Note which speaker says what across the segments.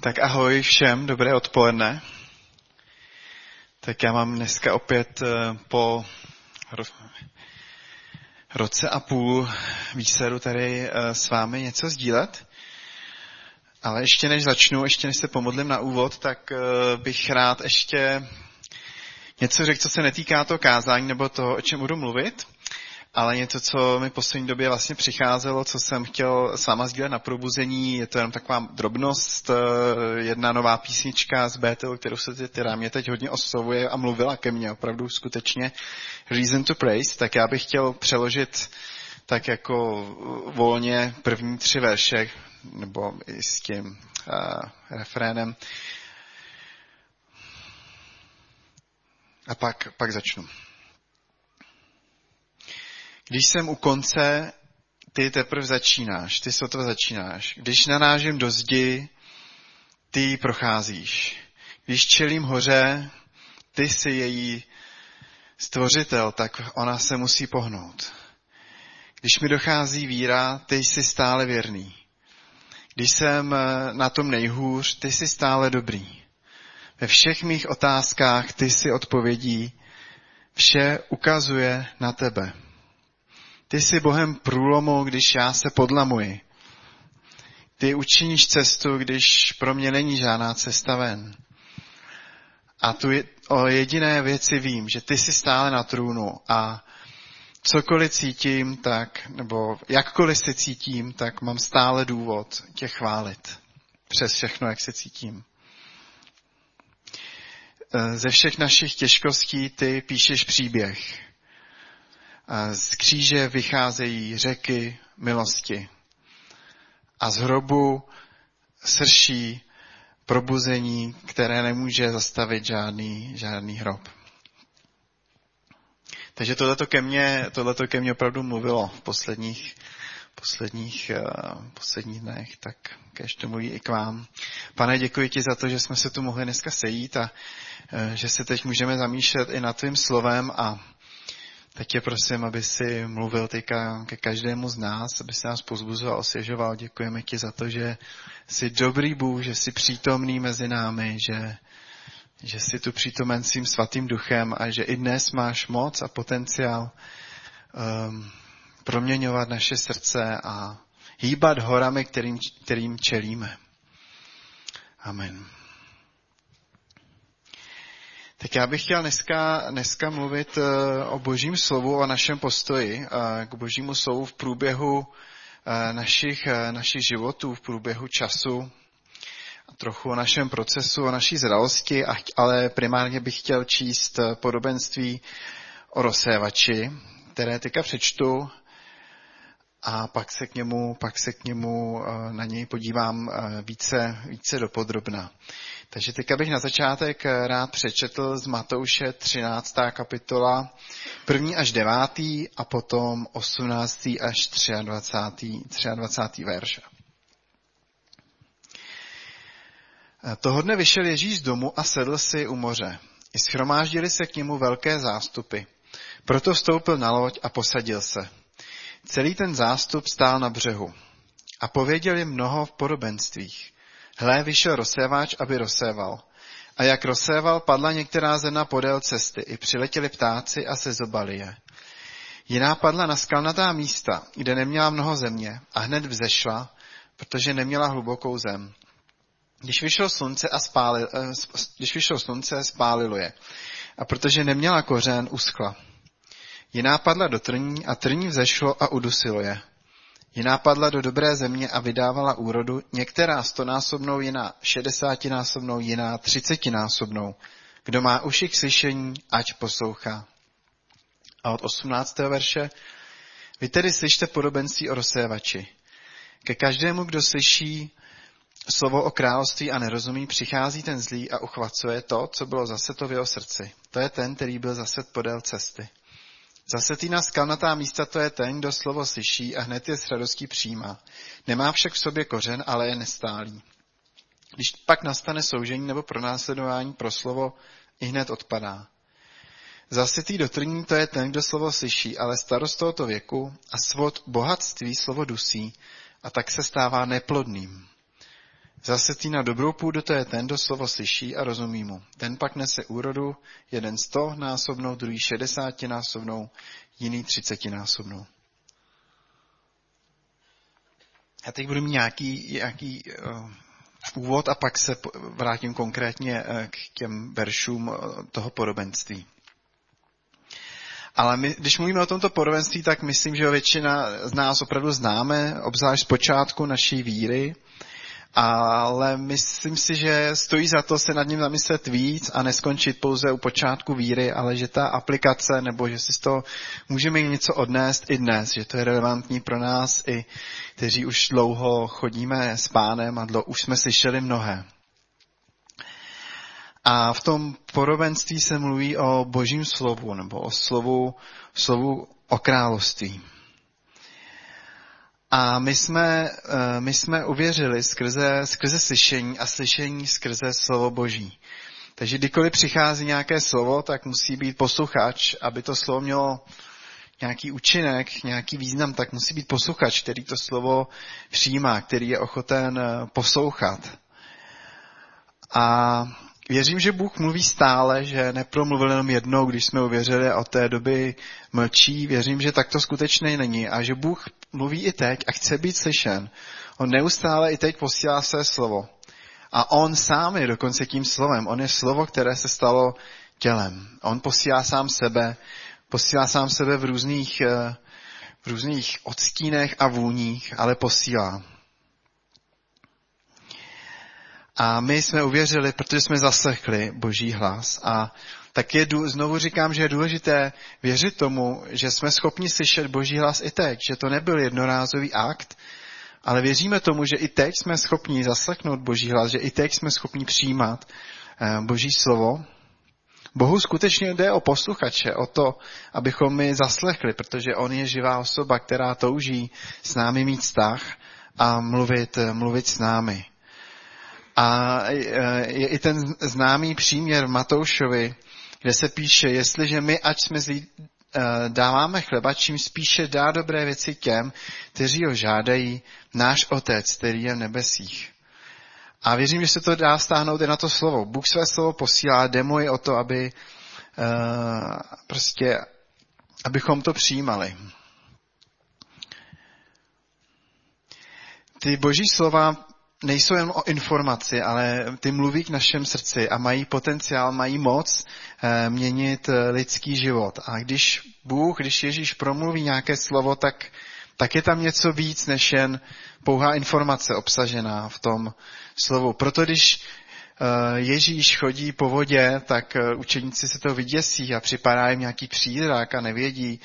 Speaker 1: Tak ahoj všem, dobré odpoledne. Tak já mám dneska opět po roce a půl výsadu tady s vámi něco sdílet. Ale ještě než začnu, ještě než se pomodlím na úvod, tak bych rád ještě něco řekl, co se netýká toho kázání nebo toho, o čem budu mluvit, ale něco, co mi v poslední době vlastně přicházelo, co jsem chtěl s váma sdílet na probuzení. Je to jenom taková drobnost, jedna nová písnička z Bethel, která mě teď hodně oslovuje a mluvila ke mně, opravdu skutečně Reason to Praise. Tak já bych chtěl přeložit tak jako volně první 3 verše, nebo i s tím refrénem. A pak začnu. Když jsem u konce, ty teprve začínáš, ty sotva začínáš. Když narážím do zdi, ty ji procházíš. Když čelím hoře, ty jsi její stvořitel, tak ona se musí pohnout. Když mi dochází víra, ty jsi stále věrný. Když jsem na tom nejhůř, ty jsi stále dobrý. Ve všech mých otázkách ty jsi odpovědí, vše ukazuje na tebe. Ty jsi Bohem průlomu, když já se podlamuji. Ty učiníš cestu, když pro mě není žádná cesta ven. A tu o jediné věci vím, že ty jsi stále na trůnu a cokoliv cítím, nebo jakkoliv se cítím, tak mám stále důvod tě chválit. Přes všechno, jak se cítím. Ze všech našich těžkostí ty píšeš příběh. Z kříže vycházejí řeky milosti. A z hrobu srší probuzení, které nemůže zastavit žádný hrob. Takže tohleto ke mně opravdu mluvilo v posledních dnech, tak kéž to mluví i k vám. Pane, děkuji ti za to, že jsme se tu mohli dneska sejít a že se teď můžeme zamýšlet i nad tvým slovem a tak tě prosím, aby si mluvil teďka ke každému z nás, aby se nás pozbuzoval, osvěžoval. Děkujeme ti za to, že jsi dobrý Bůh, že jsi přítomný mezi námi, že jsi tu přítomen svým svatým duchem a že i dnes máš moc a potenciál proměňovat naše srdce a hýbat horami, kterým čelíme. Amen. Tak já bych chtěl dneska mluvit o Božím slovu, o našem postoji k Božímu slovu v průběhu našich životů, v průběhu času, a trochu o našem procesu, o naší zralosti, ale primárně bych chtěl číst podobenství o rozsévači, které teďka přečtu a pak se k němu na něj podívám více dopodrobna. Takže teďka bych na začátek rád přečetl z Matouše 13. kapitola, 1. až 9. a potom 18. až 23. verš. Toho dne vyšel Ježíš z domu a sedl si u moře. I shromáždili se k němu velké zástupy. Proto vstoupil na loď a posadil se. Celý ten zástup stál na břehu. A pověděl jim mnoho v podobenstvích. Hle, vyšel rozsévač, aby rozséval. A jak rozséval, padla některá zrna podél cesty, i přiletěli ptáci a sezobali je. Jiná padla na skalnatá místa, kde neměla mnoho země, a hned vzešla, protože neměla hlubokou zem. Když vyšlo slunce, spálilo je, a protože neměla kořen, uschla. Jiná padla do trní a trní vzešlo a udusilo je. Jiná padla do dobré země a vydávala úrodu, některá 100násobnou, jiná 60násobnou, jiná 30násobnou. Kdo má uši k slyšení, ať poslouchá. A od 18. verše. Vy tedy slyšte podobenství o rozsévači. Ke každému, kdo slyší slovo o království a nerozumí, přichází ten zlý a uchvacuje to, co bylo zaseto v jeho srdci. To je ten, který byl zaset podél cesty. Zasetý na skalnatá místa, to je ten, kdo slovo slyší a hned je s radostí přijímá. Nemá však v sobě kořen, ale je nestálý. Když pak nastane soužení nebo pronásledování pro slovo, i hned odpadá. Zasetý do trní, to je ten, kdo slovo slyší, ale starost tohoto věku a svod bohatství slovo dusí a tak se stává neplodným. Zasetý na dobrou půdu, to je ten, kdo slovo slyší a rozumí mu. Ten pak nese úrodu, jeden 100násobnou, druhý 60násobnou, jiný 30násobnou. Já teď budu mít nějaký úvod a pak se vrátím konkrétně k těm veršům toho podobenství. Ale když mluvíme o tomto podobenství, tak myslím, že většina z nás opravdu známe, obzvlášť z počátku naší víry, ale myslím si, že stojí za to se nad ním zamyslet víc a neskončit pouze u počátku víry, ale že ta aplikace, nebo že si z toho můžeme něco odnést i dnes, že to je relevantní pro nás i kteří už dlouho chodíme s Pánem a už jsme slyšeli mnohé. A v tom podobenství se mluví o Božím slovu, nebo o slovu o království. A my jsme uvěřili skrze slyšení a slyšení skrze slovo Boží. Takže kdykoliv přichází nějaké slovo, tak musí být posluchač, aby to slovo mělo nějaký účinek, nějaký význam, tak musí být posluchač, který to slovo přijímá, který je ochoten poslouchat. A věřím, že Bůh mluví stále, že nepromluvil jenom jednou, když jsme uvěřili a od té doby mlčí. Věřím, že tak to skutečně není a že Bůh mluví i teď a chce být slyšen. On neustále i teď posílá své slovo. A on sám je dokonce tím slovem. On je slovo, které se stalo tělem. On posílá sám sebe v různých odstínech a vůních, ale posílá. A my jsme uvěřili, protože jsme zaslechli Boží hlas. A tak znovu říkám, že je důležité věřit tomu, že jsme schopni slyšet Boží hlas i teď, že to nebyl jednorázový akt, ale věříme tomu, že i teď jsme schopni zaslechnout Boží hlas, že i teď jsme schopni přijímat Boží slovo. Bohu skutečně jde o posluchače, o to, abychom my zaslechli, protože on je živá osoba, která touží s námi mít vztah a mluvit s námi. A je i ten známý příměr v Matoušovi, kde se píše, jestliže my, ať jsme zlí, dáváme chleba, čím spíše dá dobré věci těm, kteří ho žádají, náš Otec, který je v nebesích. A věřím, že se to dá stáhnout i na to slovo. Bůh své slovo posílá, jde mu i o to, abychom to přijímali. Ty Boží slova nejsou jen o informaci, ale ty mluví k našem srdci a mají potenciál, mají moc měnit lidský život. A když Ježíš promluví nějaké slovo, tak je tam něco víc, než jen pouhá informace obsažená v tom slovu. Proto když Ježíš chodí po vodě, tak učeníci se to vyděsí a připadá jim nějaký přízrak a nevědí,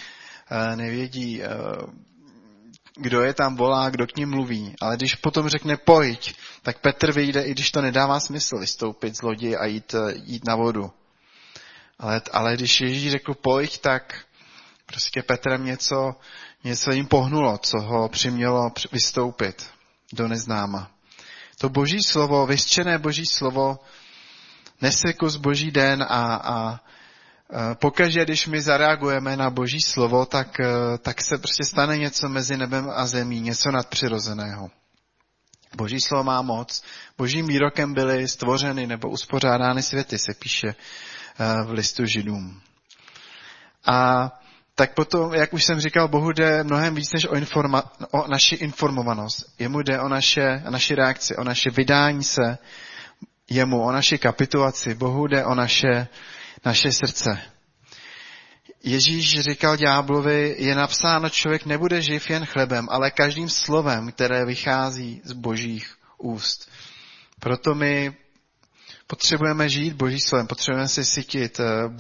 Speaker 1: kdo je tam volá, kdo k ním mluví. Ale když potom řekne pojď, tak Petr vyjde, i když to nedává smysl vystoupit z lodi a jít na vodu. Ale když Ježíš řekl pojď, tak prostě Petrem něco jim pohnulo, co ho přimělo vystoupit do neznáma. To Boží slovo, vyřčené Boží slovo nese kus Boží den a pokaždé, když my zareagujeme na Boží slovo, tak se prostě stane něco mezi nebem a zemí, něco nadpřirozeného. Boží slovo má moc. Božím výrokem byly stvořeny nebo uspořádány světy, se píše v listu Židům. A tak potom, jak už jsem říkal, Bohu jde mnohem víc než o naši informovanost. Jemu jde o naši reakci, o naše vydání se jemu, o naši kapitulaci. Bohu jde o naše srdce. Ježíš říkal ďáblovi, je napsáno, člověk nebude živ jen chlebem, ale každým slovem, které vychází z Božích úst. Proto my potřebujeme žít Boží slovem, potřebujeme se sytit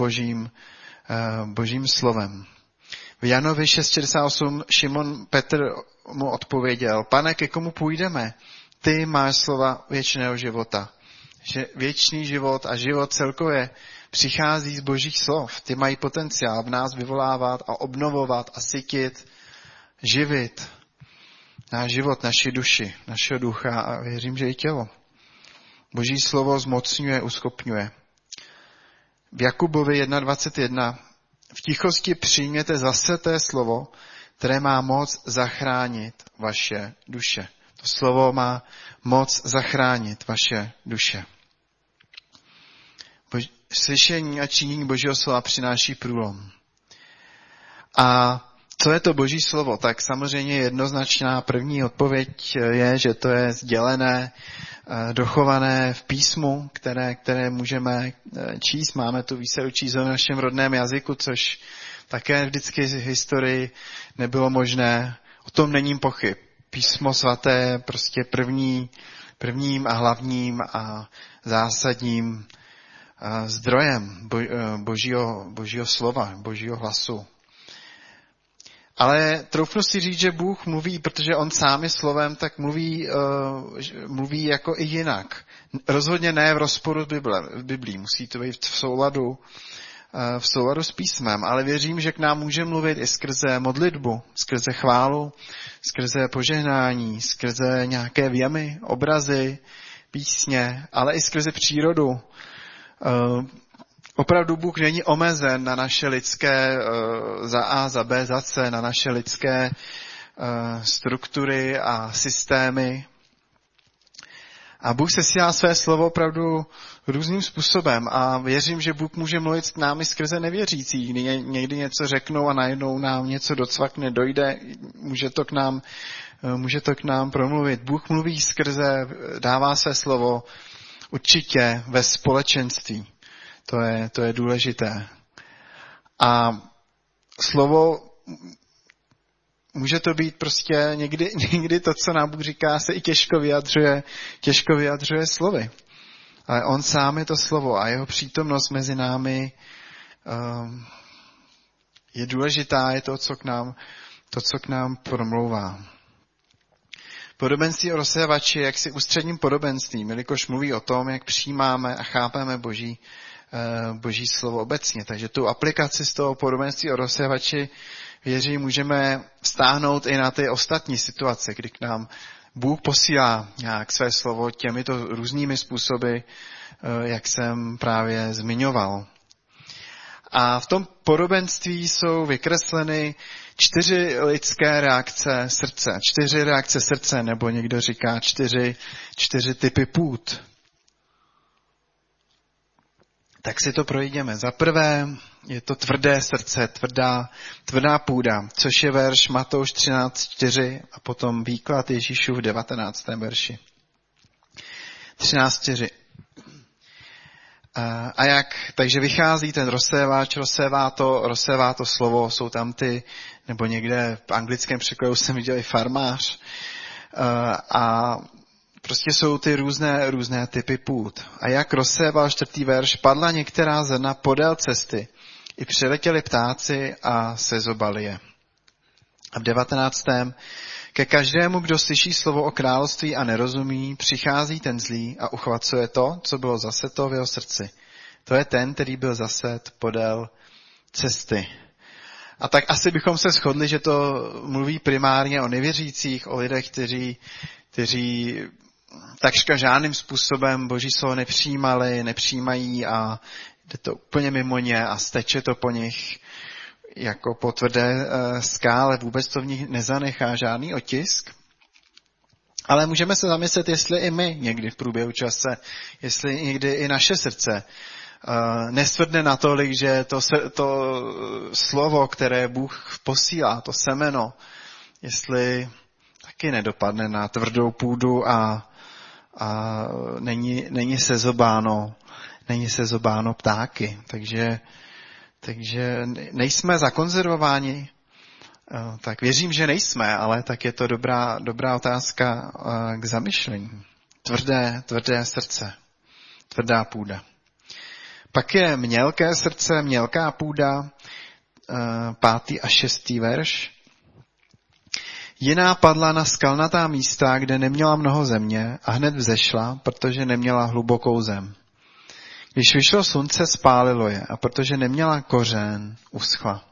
Speaker 1: Božím slovem. V Janovi 6.68 Šimon Petr mu odpověděl, Pane, ke komu půjdeme? Ty máš slova věčného života. Že věčný život a život celkově přichází z Božích slov. Ty mají potenciál v nás vyvolávat a obnovovat a sytit, živit náš život, naši duši, našeho ducha a věřím, že i tělo. Boží slovo zmocňuje, uschopňuje. V Jakubovi 1.21 v tichosti přijměte zase té slovo, které má moc zachránit vaše duše. To slovo má moc zachránit vaše duše. Slyšení a činění Božího slova přináší průlom. A co je to Boží slovo? Tak samozřejmě jednoznačná první odpověď je, že to je sdělené, dochované v písmu, které můžeme číst. Máme tu výsadu číst v našem rodném jazyku, což také vždycky v historii nebylo možné. O tom není pochyb. Písmo svaté je prostě prvním a hlavním a zásadním zdrojem Božího slova, Božího hlasu. Ale troufnu si říct, že Bůh mluví, protože on sám je slovem, tak mluví jako i jinak. Rozhodně ne v rozporu s Biblí. Musí to být v souladu s písmem, ale věřím, že k nám může mluvit i skrze modlitbu, skrze chválu, skrze požehnání, skrze nějaké věmy, obrazy, písně, ale i skrze přírodu. Opravdu Bůh není omezen na naše lidské za A, za B, za C, na naše lidské struktury a systémy. A Bůh sesílá své slovo opravdu různým způsobem a věřím, že Bůh může mluvit s námi skrze nevěřící. Někdy něco řeknou a najednou nám něco docvakne, dojde, může to k nám promluvit. Bůh mluví dává své slovo určitě ve společenství. To je důležité. A slovo může to být prostě někdy to, co nám Bůh říká, se i těžko vyjadřuje slovy. Ale on sám je to slovo a jeho přítomnost mezi námi je důležitá, je to, co k nám promlouvá. Podobenství o rozsévači je jaksi ústředním podobenstvím, jelikož mluví o tom, jak přijímáme a chápeme Boží slovo obecně. Takže tu aplikaci z toho podobenství o rozsévači věřím, můžeme vztáhnout i na ty ostatní situace, kdy k nám Bůh posílá nějak své slovo těmito různými způsoby, jak jsem právě zmiňoval. A v tom podobenství jsou vykresleny 4 lidské reakce srdce. 4 reakce srdce, nebo někdo říká 4 typy půd. Tak si to projdeme. Za prvé je to tvrdé srdce, tvrdá půda, což je verš Matouš 13.4 a potom výklad Ježíšův v 19. verši. 13.4. Takže vychází ten rozsévač, rozsévá to slovo, jsou tam nebo někde v anglickém překladu jsem viděl i farmář, a prostě jsou ty různé typy půd. A jak rozséval 4. verš, padla některá zrna podél cesty, i přiletěli ptáci a sezobali je. A v 19. Ke každému, kdo slyší slovo o království a nerozumí, přichází ten zlý a uchvacuje to, co bylo zaseto v jeho srdci. To je ten, který byl zaset podél cesty. A tak asi bychom se shodli, že to mluví primárně o nevěřících, o lidech, kteří takřka žádným způsobem Boží slovo nepřijímají a jde to úplně mimo ně a steče to po nich jako po tvrdé skále, vůbec to v nich nezanechá žádný otisk. Ale můžeme se zamyslet, jestli i my někdy v průběhu čase, jestli někdy i naše srdce nestvrdne natolik, že to slovo, které Bůh posílá, to semeno, jestli taky nedopadne na tvrdou půdu a není sezobáno ptáky. Takže nejsme zakonzervováni. Tak věřím, že nejsme, ale tak je to dobrá otázka k zamyšlení. Tvrdé srdce, tvrdá půda. Pak je mělké srdce, mělká půda, 5. a 6. verš. Jiná padla na skalnatá místa, kde neměla mnoho země a hned vzešla, protože neměla hlubokou zem. Když vyšlo slunce, spálilo je a protože neměla kořen, uschla.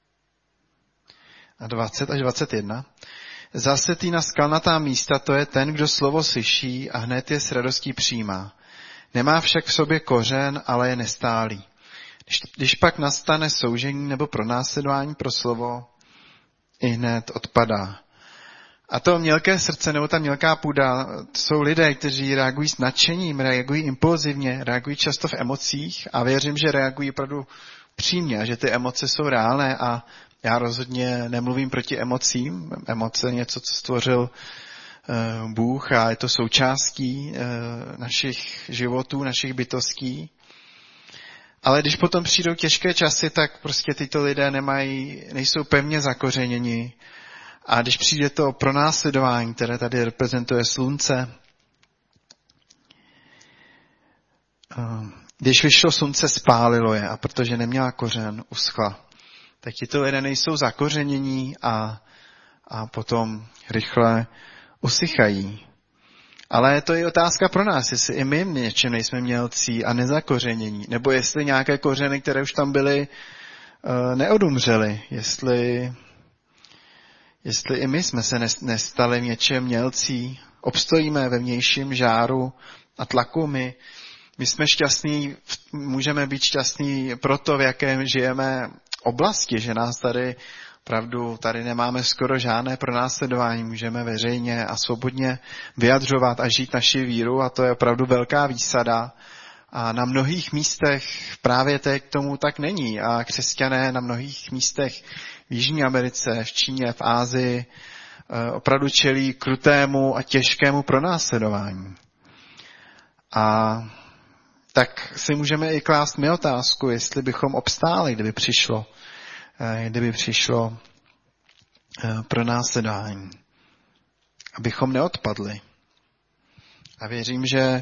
Speaker 1: A 20 až 21. Zasetý na skalnatá místa, to je ten, kdo slovo slyší a hned je s radostí přijímá. Nemá však v sobě kořen, ale je nestálý. Když pak nastane soužení nebo pronásledování pro slovo, i hned odpadá. A to mělké srdce nebo ta mělká půda, to jsou lidé, kteří reagují s nadšením, reagují impulzivně, reagují často v emocích a věřím, že reagují opravdu přímě, že ty emoce jsou reálné a já rozhodně nemluvím proti emocím. Emoce je něco, co stvořil Bůh a je to součástí našich životů, našich bytostí. Ale když potom přijdou těžké časy, tak prostě tyto lidé nejsou pevně zakořeněni. A když přijde to pronásledování, které tady reprezentuje slunce, když vyšlo slunce, spálilo je a protože neměla kořen, uschla. Tak tyto lidé nejsou zakořenění a potom rychle usychají. Ale to je otázka pro nás, jestli i my něčem nejsme mělcí a nezakořenění, nebo jestli nějaké kořeny, které už tam byly, neodumřely, jestli i my jsme se nestali něčem mělcí, obstojíme ve vnějším žáru a tlaku, my jsme šťastní, můžeme být šťastní proto, v jakém žijeme oblasti, že nás tady nemáme skoro žádné pronásledování, můžeme veřejně a svobodně vyjadřovat a žít naši víru a to je opravdu velká výsada. A na mnohých místech právě teď tomu tak není a křesťané na mnohých místech v Jižní Americe, v Číně, v Asii opravdu čelí krutému a těžkému pronásledování. A tak si můžeme i klást my otázku, jestli bychom obstáli, kdyby přišlo pronásledování. Abychom neodpadli. A věřím, že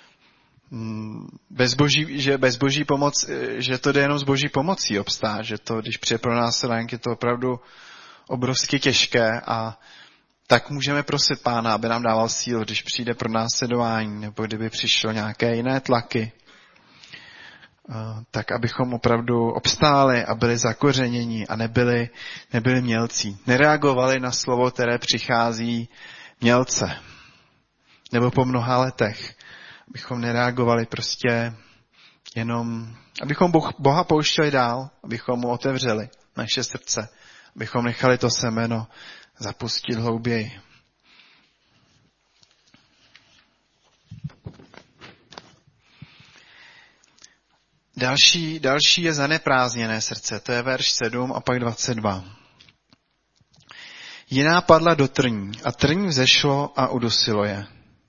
Speaker 1: bez boží pomoc, že to jde jenom s boží pomocí obstát, že to, když přijde pronásledování, je to opravdu obrovsky těžké a tak můžeme prosit Pána, aby nám dával sílu, když přijde pronásledování, nebo kdyby přišlo nějaké jiné tlaky, tak abychom opravdu obstáli a byli zakořeněni a nebyli mělcí. Nereagovali na slovo, které přichází mělce. Nebo po mnoha letech. Abychom nereagovali prostě jenom, abychom Boha pouštěli dál, abychom mu otevřeli naše srdce, abychom nechali to semeno zapustit hlouběji. Další je zaneprázdněné srdce, to je verš 7 a pak 22. Jiná padla do trní a trň vzešlo a udusilo je.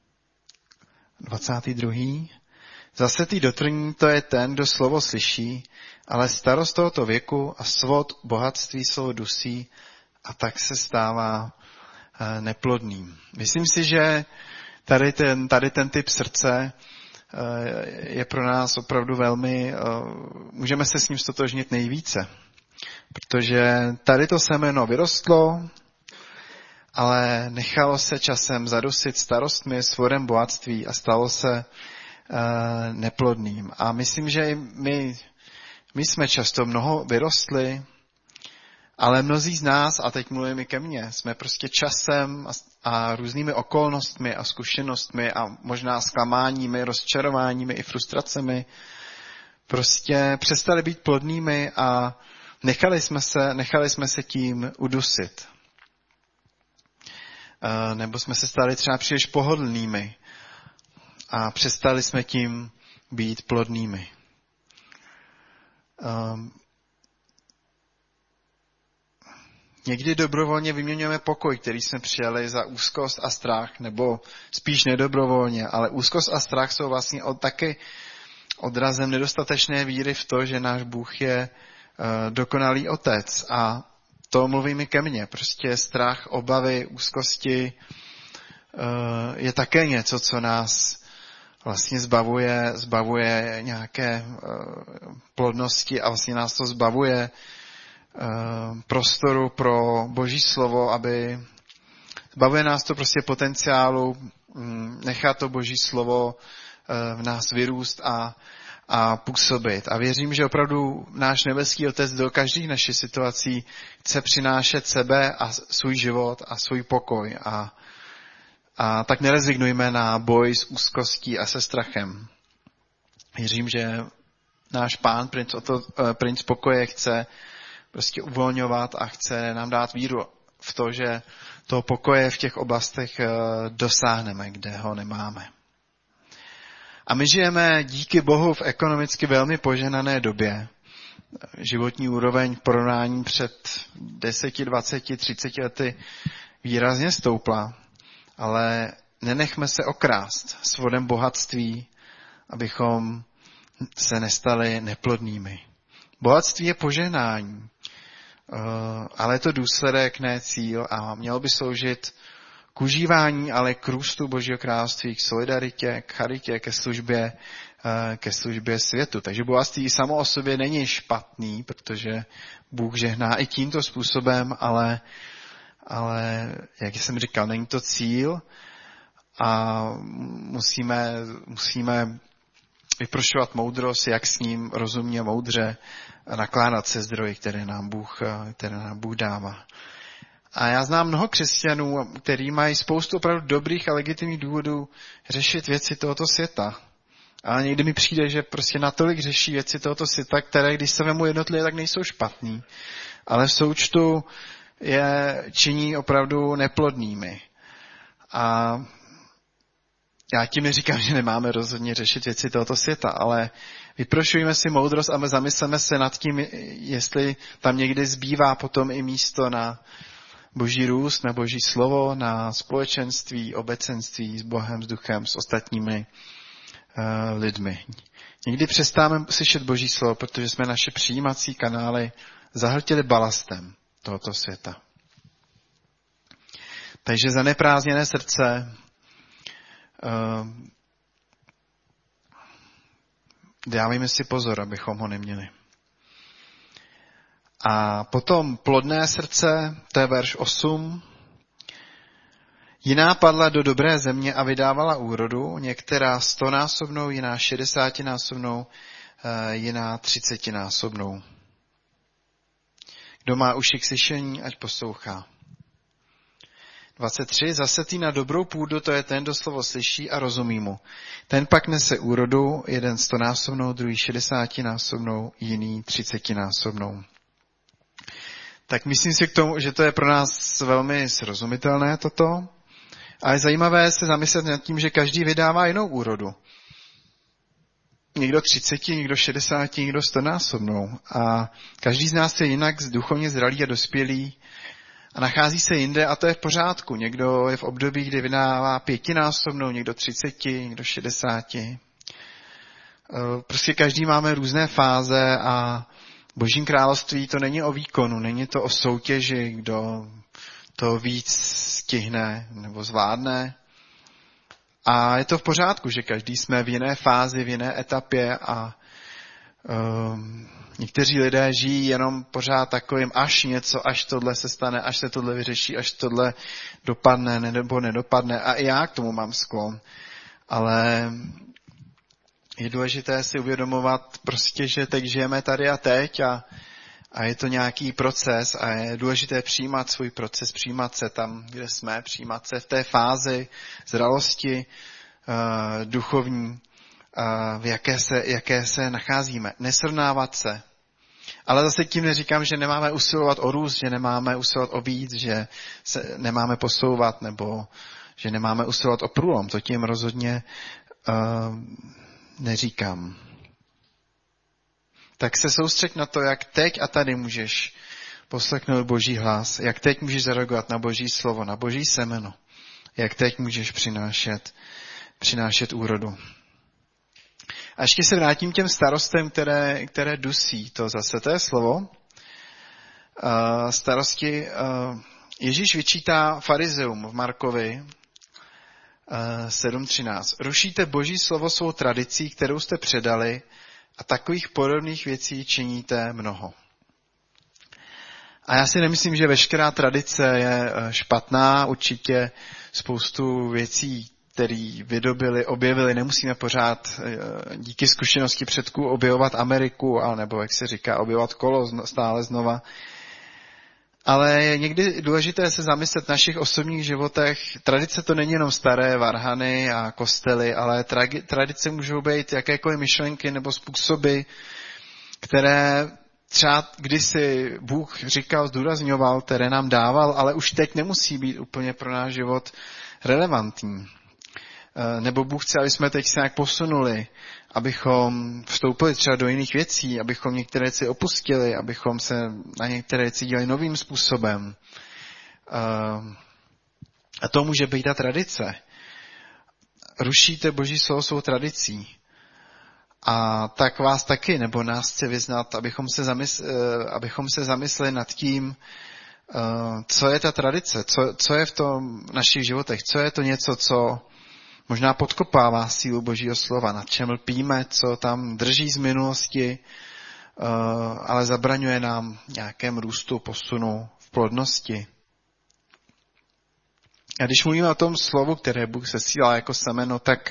Speaker 1: 22. Zasetý do trní to je ten, kdo slovo slyší, ale starost tohoto věku a svod bohatství slovo dusí a tak se stává neplodným. Myslím si, že tady ten typ srdce je pro nás opravdu velmi, můžeme se s ním stotožnit nejvíce. Protože tady to semeno vyrostlo, ale nechalo se časem zadusit starostmi, svodem bohatství a stalo se neplodným. A myslím, že my jsme často mnoho vyrostli, ale mnozí z nás, a teď mluvím i ke mně, jsme prostě časem a různými okolnostmi a zkušenostmi a možná zklamáními, rozčarováními i frustracemi prostě přestali být plodnými a nechali jsme se tím udusit. Nebo jsme se stali třeba příliš pohodlnými a přestali jsme tím být plodnými. Někdy dobrovolně vyměňujeme pokoj, který jsme přijali za úzkost a strach, nebo spíš nedobrovolně, ale úzkost a strach jsou vlastně taky odrazem nedostatečné víry v to, že náš Bůh je dokonalý otec. A to mluvím i ke mně. Prostě strach, obavy, úzkosti je také něco, co nás vlastně zbavuje nějaké plodnosti a vlastně nás to zbavuje prostoru pro Boží slovo, zbavuje nás to prostě potenciálu, nechá to Boží slovo v nás vyrůst a působit. A věřím, že opravdu náš nebeský Otec do každých našich situací chce přinášet sebe a svůj život a svůj pokoj. A tak nerezignujme na boj s úzkostí a se strachem. Věřím, že náš Pán, princ pokoje, chce prostě uvolňovat a chce nám dát víru v to, že toho pokoje v těch oblastech dosáhneme, kde ho nemáme. A my žijeme díky Bohu v ekonomicky velmi požehnané době. Životní úroveň v porovnání před 10, 20, 30 lety výrazně stoupla, ale nenechme se okrást svodem bohatství, abychom se nestali neplodnými. Bohatství je požehnání, ale je to důsledek, ne cíl a mělo by sloužit k užívání, ale k růstu Božího království, k solidaritě, k charitě, ke službě světu. Takže bohatství samo o sobě není špatný, protože Bůh žehná i tímto způsobem, ale jak jsem říkal, není to cíl a musíme vyprošovat moudrost, jak s ním rozumně, moudře nakládat se zdroji, které nám Bůh dává. A já znám mnoho křesťanů, kteří mají spoustu opravdu dobrých a legitimních důvodů řešit věci tohoto světa. A někdy mi přijde, že prostě natolik řeší věci tohoto světa, které, když se vemu jednotlivě, tak nejsou špatný. Ale v součtu je činí opravdu neplodnými. A já tím neříkám, že nemáme rozhodně řešit věci tohoto světa, ale vyprošujeme si moudrost a zamysleme se nad tím, jestli tam někdy zbývá potom i místo na Boží růst, na Boží slovo, na společenství, obecenství s Bohem, s duchem, s ostatními lidmi. Někdy přestáváme slyšet Boží slovo, protože jsme naše přijímací kanály zahltili balastem tohoto světa. Takže zaneprázdněné srdce dávejme si pozor, abychom ho neměli. A potom plodné srdce, to je verš 8. Jiná padla do dobré země a vydávala úrodu, některá 100násobnou, jiná 60násobnou, jiná 30násobnou. Kdo má uši k slyšení, ať poslouchá. 23. Zasetý na dobrou půdu, to je ten, kdo slovo slyší a rozumí mu. Ten pak nese úrodu, jeden 100násobnou, druhý 60násobnou, jiný 30násobnou. Tak myslím si k tomu, že to je pro nás velmi srozumitelné toto. A je zajímavé se zamyslet nad tím, že každý vydává jinou úrodu. Někdo 30, někdo 60, někdo 100násobnou. A každý z nás je jinak duchovně zralý a dospělý a nachází se jinde a to je v pořádku. Někdo je v období, kdy vydává 5násobnou, někdo 30, někdo 60. Prostě každý máme různé fáze a Božím království to není o výkonu, není to o soutěži, kdo to víc stihne nebo zvládne. A je to v pořádku, že každý jsme v jiné fázi, v jiné etapě a někteří lidé žijí jenom pořád takovým až tohle se stane, až se tohle vyřeší, až tohle dopadne nebo nedopadne. A i já k tomu mám sklon. Ale je důležité si uvědomovat prostě, že teď žijeme tady a teď a je to nějaký proces a je důležité přijímat svůj proces, přijímat se tam, kde jsme, přijímat se v té fázi zralosti duchovní, v jaké se nacházíme. Nesrovnávat se. Ale zase tím neříkám, že nemáme usilovat o růst, že nemáme usilovat o víc, že se nemáme posouvat nebo že nemáme usilovat o průlom. To tím rozhodně neříkám. Tak se soustřeď na to, jak teď a tady můžeš poslechnout Boží hlas, jak teď můžeš zareagovat na Boží slovo, na Boží semeno, jak teď můžeš přinášet úrodu. A ještě se vrátím těm starostem, které dusí. To je slovo. Starosti. Ježíš vyčítá farizeum v Markovi 7.13. Rušíte Boží slovo svou tradicí, kterou jste předali, a takových podobných věcí činíte mnoho. A já si nemyslím, že veškerá tradice je špatná. Určitě spoustu věcí, které objevili, nemusíme pořád díky zkušenosti předků objevovat Ameriku, nebo jak se říká, objevovat kolo stále znova. Ale je někdy důležité se zamyslet v našich osobních životech. Tradice to není jenom staré varhany a kostely, ale tradice můžou být jakékoliv myšlenky nebo způsoby, které třeba kdysi Bůh říkal, zdůrazňoval, které nám dával, ale už teď nemusí být úplně pro náš život relevantní. Nebo Bůh chce, aby jsme teď se nějak posunuli, abychom vstoupili třeba do jiných věcí, abychom některé věci opustili, abychom se na některé věci dělali novým způsobem. A to může být ta tradice. Rušíte Boží slovo svou tradicí. A tak vás taky, nebo nás chce vyznat, abychom se zamysleli nad tím, co je ta tradice, co je v tom našich životech, co je to něco, co možná podkopává sílu Božího slova, nad čem lpíme, co tam drží z minulosti, ale zabraňuje nám nějakém růstu, posunu v plodnosti. A když mluvíme o tom slovu, které Bůh sesílá jako semeno, tak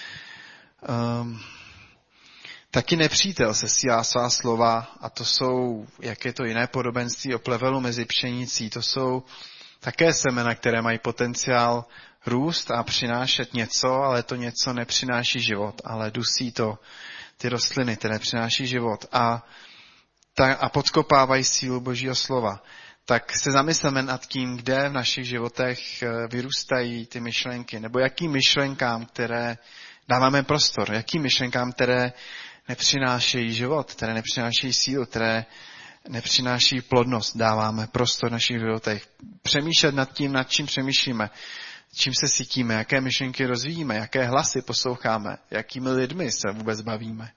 Speaker 1: taky nepřítel sesílá svá slova a to jsou, jak je to jiné podobenství o plevelu mezi pšenicí, to jsou také semena, které mají potenciál růst a přinášet něco, ale to něco nepřináší život, ale dusí to ty rostliny, které přináší život a podkopávají sílu Božího slova. Tak se zamysleme nad tím, kde v našich životech vyrůstají ty myšlenky, nebo jakým myšlenkám, které dáváme prostor, jakým myšlenkám, které nepřinášejí život, které nepřinášejí sílu, které nepřináší plodnost, dáváme prostor v našich životech. Přemýšlet nad tím, nad čím přemýšlíme, čím se cítíme, jaké myšlenky rozvíjíme, jaké hlasy posloucháme, jakými lidmi se vůbec bavíme.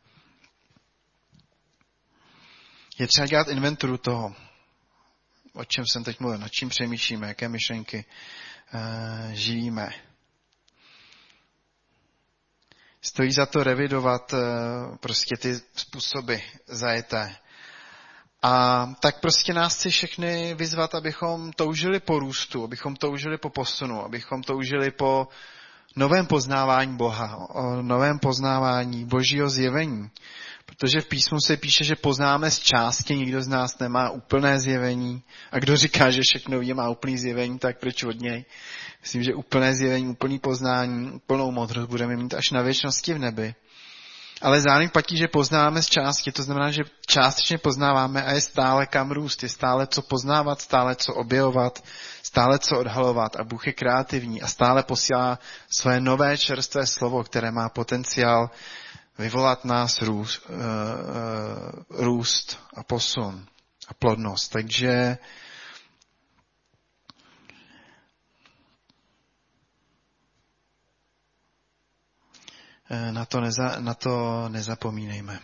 Speaker 1: Je třeba dělat inventuru toho, o čem jsem teď mluvil, nad čím přemýšlíme, jaké myšlenky žijíme. Stojí za to revidovat prostě ty způsoby zajeté. A tak prostě nás chci všechny vyzvat, abychom toužili po růstu, abychom toužili po posunu, abychom toužili po novém poznávání Boha, o novém poznávání Božího zjevení. Protože v písmu se píše, že poznáme z části, nikdo z nás nemá úplné zjevení. A kdo říká, že všechno ví, má úplný zjevení, tak proč od něj? Myslím, že úplné zjevení, úplný poznání, úplnou moudrost budeme mít až na věčnosti v nebi. Ale zároveň platí, že poznáme z části, to znamená, že částečně poznáváme a je stále kam růst, je stále co poznávat, stále co objevovat, stále co odhalovat a Bůh je kreativní a stále posílá své nové čerstvé slovo, které má potenciál vyvolat nás růst a posun a plodnost. Takže na to nezapomínejme.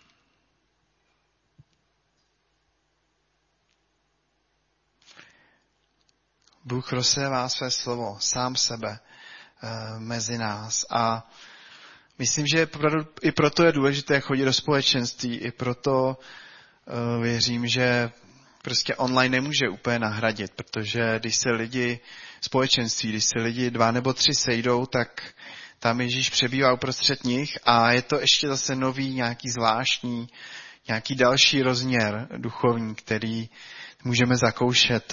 Speaker 1: Bůh rozsévá své slovo, sám sebe mezi nás a myslím, že i proto je důležité chodit do společenství, i proto věřím, že prostě online nemůže úplně nahradit, protože když se lidi 2 nebo 3 sejdou, tak tam Ježíš přebývá uprostřed nich a je to ještě zase nový, nějaký zvláštní, nějaký další rozměr duchovní, který můžeme zakoušet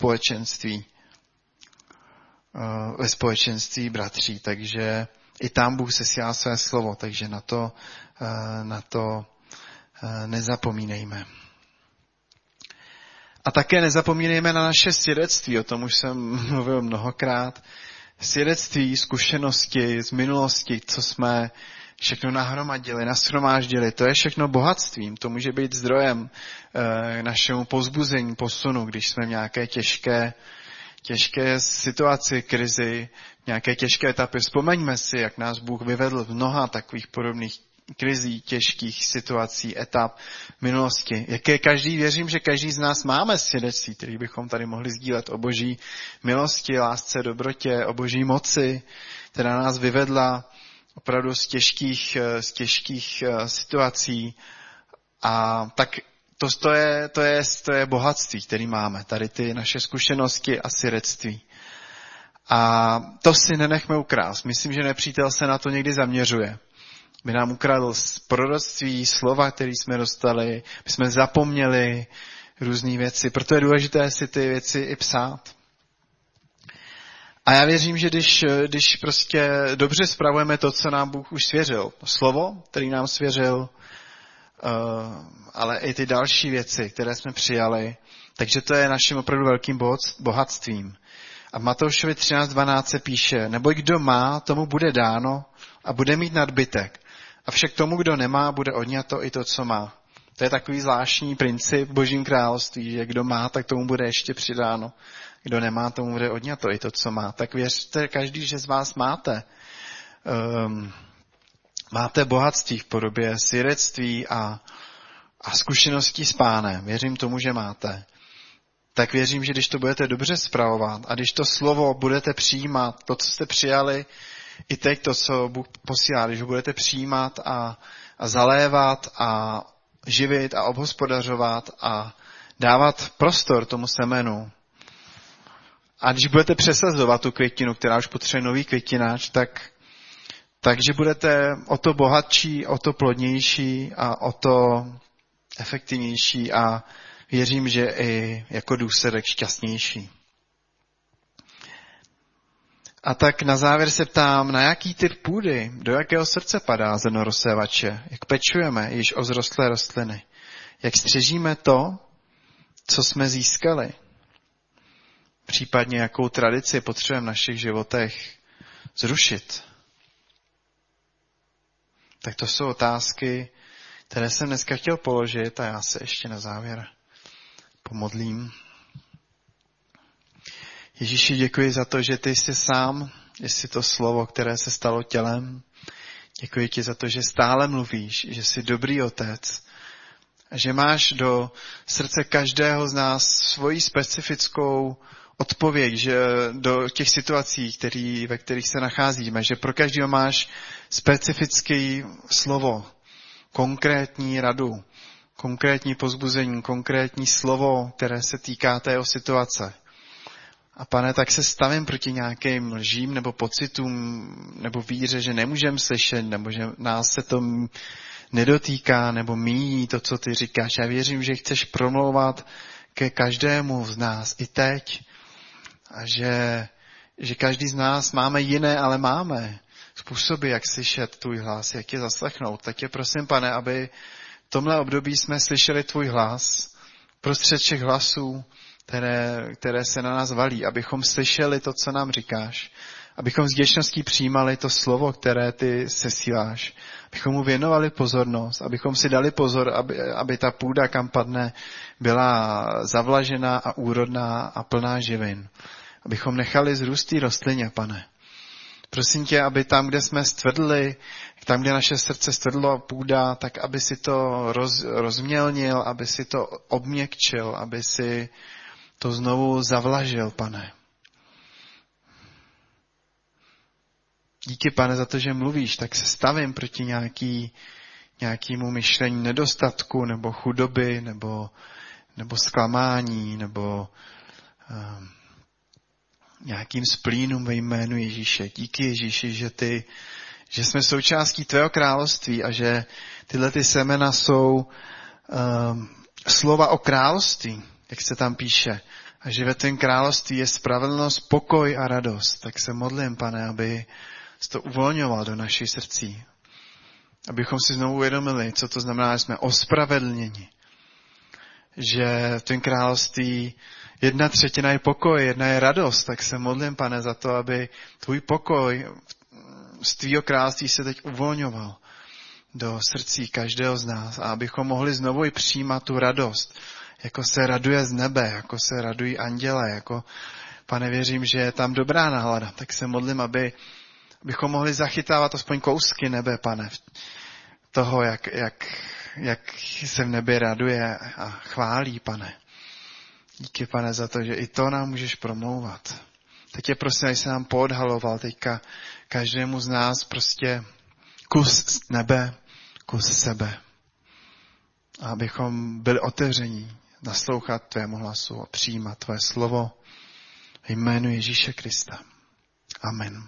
Speaker 1: ve společenství bratří, takže i tam Bůh sesílá své slovo, takže na to nezapomínejme. A také nezapomínejme na naše svědectví, o tom už jsem mluvil mnohokrát. Svědectví, zkušenosti z minulosti, co jsme všechno nahromadili, nashromáždili, to je všechno bohatstvím, to může být zdrojem našemu povzbuzení, posunu, když jsme v nějaké těžké situaci, krizi, nějaké těžké etapy. Vzpomeňme si, jak nás Bůh vyvedl v mnoha takových podobných krizí, těžkých situací, etap v minulosti. Věřím, že každý z nás máme svědectví, který bychom tady mohli sdílet o Boží milosti, lásce, dobrotě, o Boží moci, která nás vyvedla opravdu z těžkých situací. A tak to je bohatství, který máme, tady ty naše zkušenosti a svědectví. A to si nenechme ukrást. Myslím, že nepřítel se na to někdy zaměřuje. By nám ukradl z proroctví, slova, které jsme dostali, my jsme zapomněli různé věci. Proto je důležité si ty věci i psát. A já věřím, že když prostě dobře spravujeme to, co nám Bůh už svěřil, slovo, který nám svěřil, ale i ty další věci, které jsme přijali. Takže to je naším opravdu velkým bohatstvím. A v Matoušovi 13.12 se píše, neboť kdo má, tomu bude dáno a bude mít nadbytek. Avšak tomu, kdo nemá, bude odňato i to, co má. To je takový zvláštní princip v Božím království, že kdo má, tak tomu bude ještě přidáno. Kdo nemá, tomu bude odňato i to, co má. Tak věřte každý, že z vás máte bohatství v podobě svědectví a zkušeností s Pánem. Věřím tomu, že máte. Tak věřím, že když to budete dobře spravovat a když to slovo budete přijímat, to, co jste přijali, i teď to, co Bůh posílá, když ho budete přijímat a zalévat a živit a obhospodařovat a dávat prostor tomu semenu. A když budete přesazovat tu květinu, která už potřebuje nový květináč, takže budete o to bohatší, o to plodnější a o to efektivnější a věřím, že i jako důsledek šťastnější. A tak na závěr se ptám, na jaký typ půdy, do jakého srdce padá zrno rozsévače, jak pečujeme již o zrostlé rostliny, jak střežíme to, co jsme získali, případně jakou tradici potřebujeme v našich životech zrušit. Tak to jsou otázky, které jsem dneska chtěl položit a já se ještě na závěr pomodlím. Ježíši, děkuji za to, že ty jsi sám, že jsi to slovo, které se stalo tělem. Děkuji ti za to, že stále mluvíš, že jsi dobrý otec a že máš do srdce každého z nás svoji specifickou odpověď, že do těch situací, ve kterých se nacházíme, že pro každého máš specifické slovo, konkrétní radu, konkrétní povzbuzení, konkrétní slovo, které se týká té situace. A Pane, tak se stavím proti nějakým lžím nebo pocitům nebo víře, že nemůžeme slyšet, nebo že nás se to nedotýká nebo míjí to, co ty říkáš. Já věřím, že chceš promlouvat ke každému z nás i teď. A že každý z nás máme jiné, ale máme způsoby, jak slyšet tvůj hlas, jak je zaslechnout. Tak tě prosím, Pane, aby v tomhle období jsme slyšeli tvůj hlas, prostřed všech hlasů, které se na nás valí, abychom slyšeli to, co nám říkáš, abychom s vděčností přijímali to slovo, které ty sesíláš, abychom mu věnovali pozornost, abychom si dali pozor, aby ta půda, kam padne, byla zavlažená a úrodná a plná živin. Abychom nechali zrůst té rostlině, Pane. Prosím tě, aby tam, kde jsme stvrdli, tam, kde naše srdce stvrdlo půda, tak aby si to rozmělnil, aby si to obměkčil, aby si to znovu zavlažil, Pane. Díky, Pane, za to, že mluvíš, tak se stavím proti nějakému myšlení nedostatku, nebo chudoby, nebo zklamání, nebo nějakým splínům ve jménu Ježíše. Díky, Ježíši, že jsme součástí tvého království a že tyhle ty semena jsou slova o království, jak se tam píše. A že ve tvém království je spravedlnost, pokoj a radost. Tak se modlím, Pane, aby jsi to uvolňoval do našich srdcí. Abychom si znovu uvědomili, co to znamená, že jsme ospravedlněni. Že v tvém království 1/3 je pokoj, 1 je radost. Tak se modlím, Pane, za to, aby tvůj pokoj z tvýho království se teď uvolňoval do srdcí každého z nás. A abychom mohli znovu i přijímat tu radost, jako se raduje z nebe, jako se radují anděle, jako, Pane, věřím, že je tam dobrá nálada. Tak se modlím, abychom mohli zachytávat aspoň kousky nebe, Pane, toho, jak se v nebi raduje a chválí, Pane. Díky, Pane, za to, že i to nám můžeš promlouvat. Teď tě prosím, aby se nám poodhaloval teďka každému z nás prostě kus nebe, kus sebe. A abychom byli otevření naslouchat tvému hlasu a přijímat tvé slovo v jménu Ježíše Krista. Amen.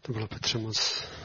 Speaker 2: To bylo, Petře, moc